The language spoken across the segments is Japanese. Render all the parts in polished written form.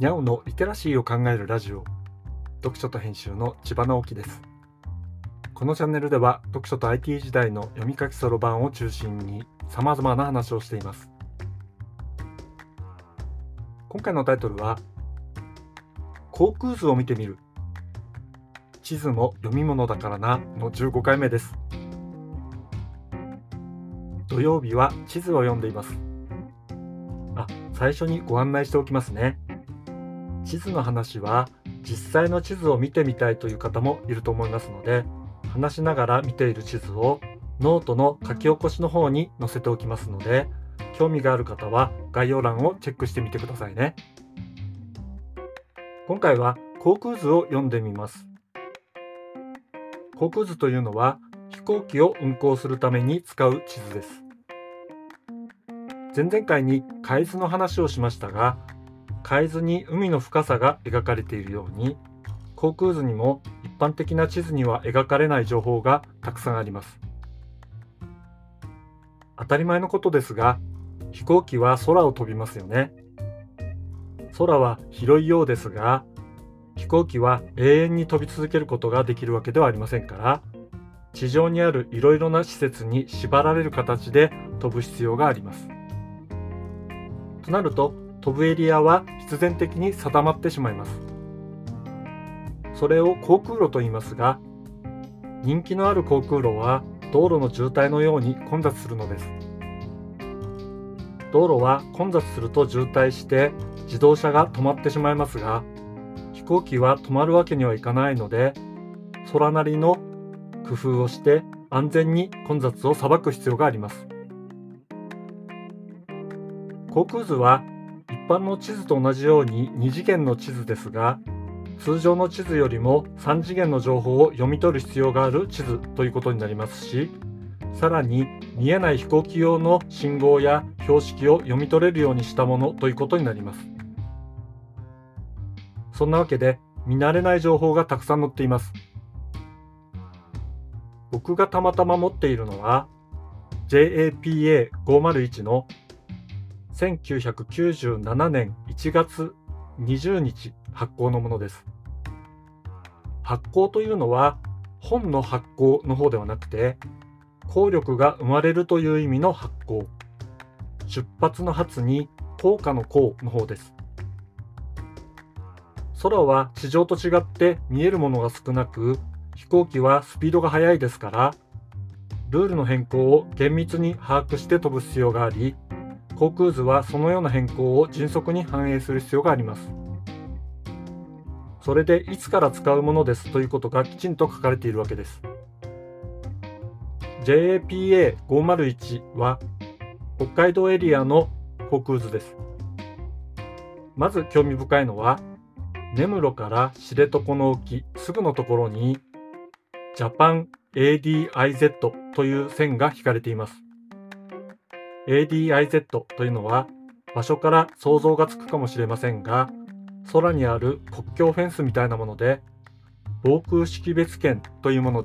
にゃおのリテラシーを考えるラジオ、読書と編集の千葉直樹です。このチャンネルでは読書と IT 時代の読み書きそろばんを中心に様々な話をしています。今回のタイトルは航空図を見てみる、地図も読み物だからなの15回目です。土曜日は地図を読んでいます。最初にご案内しておきますね。地図の話は実際の地図を見てみたいという方もいると思いますので、話しながら見ている地図をノートの書き起こしの方に載せておきますので、興味がある方は概要欄をチェックしてみてくださいね。今回は航空図を読んでみます。航空図というのは飛行機を運航するために使う地図です。前々回に海図の話をしましたが、海図に海の深さが描かれているように、航空図にも一般的な地図には描かれない情報がたくさんあります。当たり前のことですが、飛行機は空を飛びますよね。空は広いようですが、飛行機は永遠に飛び続けることができるわけではありませんから、地上にあるいろいろな施設に縛られる形で飛ぶ必要があります。となると、飛ぶエリアは必然的に定まってしまいます。それを航空路と言いますが、人気のある航空路は道路の渋滞のように混雑するのです。道路は混雑すると渋滞して自動車が止まってしまいますが、飛行機は止まるわけにはいかないので、空なりの工夫をして安全に混雑を裁く必要があります。航空図は一般の地図と同じように2次元の地図ですが、通常の地図よりも3次元の情報を読み取る必要がある地図ということになりますし、さらに見えない飛行機用の信号や標識を読み取れるようにしたものということになります。そんなわけで見慣れない情報がたくさん載っています。僕がたまたま持っているのは JAPA501 の1997年1月20日発行のものです。発行というのは本の発行の方ではなくて、効力が生まれるという意味の発行、出発の発に効果の効の方です。空は地上と違って見えるものが少なく、飛行機はスピードが速いですから、ルールの変更を厳密に把握して飛ぶ必要があり、航空図はそのような変更を迅速に反映する必要があります。それでいつから使うものですということがきちんと書かれているわけです。JAPA501 は北海道エリアの航空図です。まず興味深いのは、根室から知床の沖すぐのところにジャパン ADIZ という線が引かれています。ADIZ というのは場所から想像がつくかもしれませんが、空にある国境フェンスみたいなもので、防空識別圏というものです。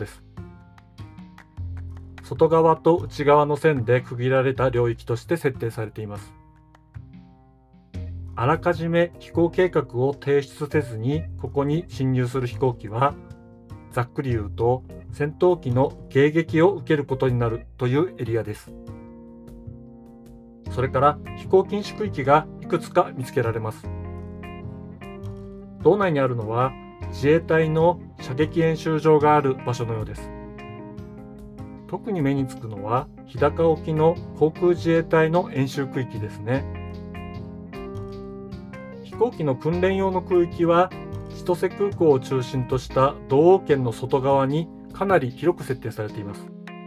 外側と内側の線で区切られた領域として設定されています。あらかじめ飛行計画を提出せずにここに進入する飛行機は、ざっくり言うと戦闘機の迎撃を受けることになるというエリアです。それから飛行禁止区域がいくつか見つけられます。道内にあるのは自衛隊の射撃演習場がある場所のようです。特に目につくのは日高沖の航空自衛隊の演習区域ですね。飛行機の訓練用の区域は千歳空港を中心とした道央圏の外側にかなり広く設定されています。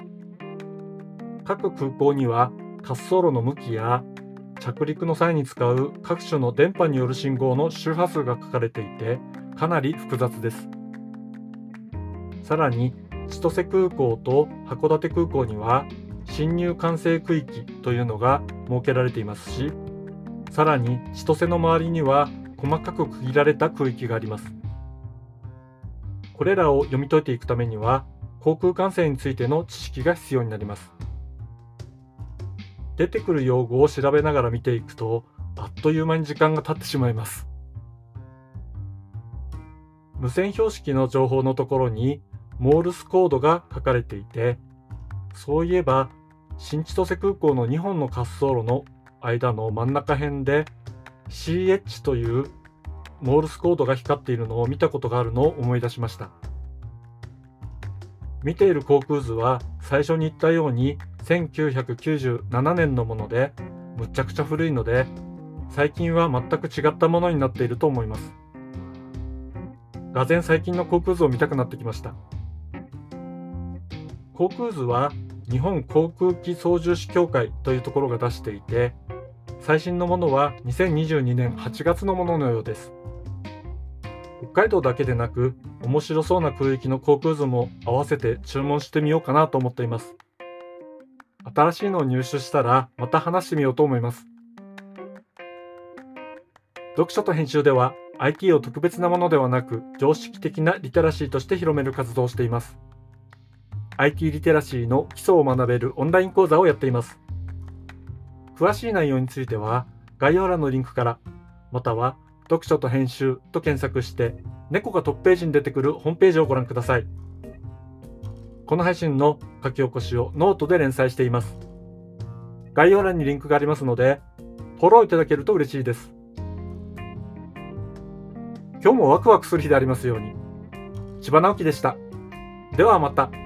各空港には滑走路の向きや着陸の際に使う各種の電波による信号の周波数が書かれていて、かなり複雑です。さらに千歳空港と函館空港には進入管制区域というのが設けられていますし、さらに千歳の周りには細かく区切られた区域があります。これらを読み解いていくためには航空管制についての知識が必要になります。出てくる用語を調べながら見ていくと、あっという間に時間が経ってしまいます。 無線標識の情報のところにモールスコードが書かれていて、そういえば新千歳空港の2本の滑走路の間の真ん中辺で CH というモールスコードが光っているのを見たことがあるのを思い出しました。見ている航空図は最初に言ったように1997年のものでむちゃくちゃ古いので、最近は全く違ったものになっていると思います。がぜん最近の航空図を見たくなってきました。航空図は日本航空機操縦士協会というところが出していて、最新のものは2022年8月のもののようです。北海道だけでなく、面白そうな空域の航空図も合わせて注文してみようかなと思っています。新しいのを入手したらまた話してみようと思います。読書と編集では IT を特別なものではなく常識的なリテラシーとして広める活動をしています。IT リテラシーの基礎を学べるオンライン講座をやっています。詳しい内容については概要欄のリンクから、または読書と編集と検索して猫がトップページに出てくるホームページをご覧ください。この配信の書き起こしをノートで連載しています。概要欄にリンクがありますのでフォローいただけると嬉しいです。今日もワクワクする日でありますように。千葉直樹でした。ではまた。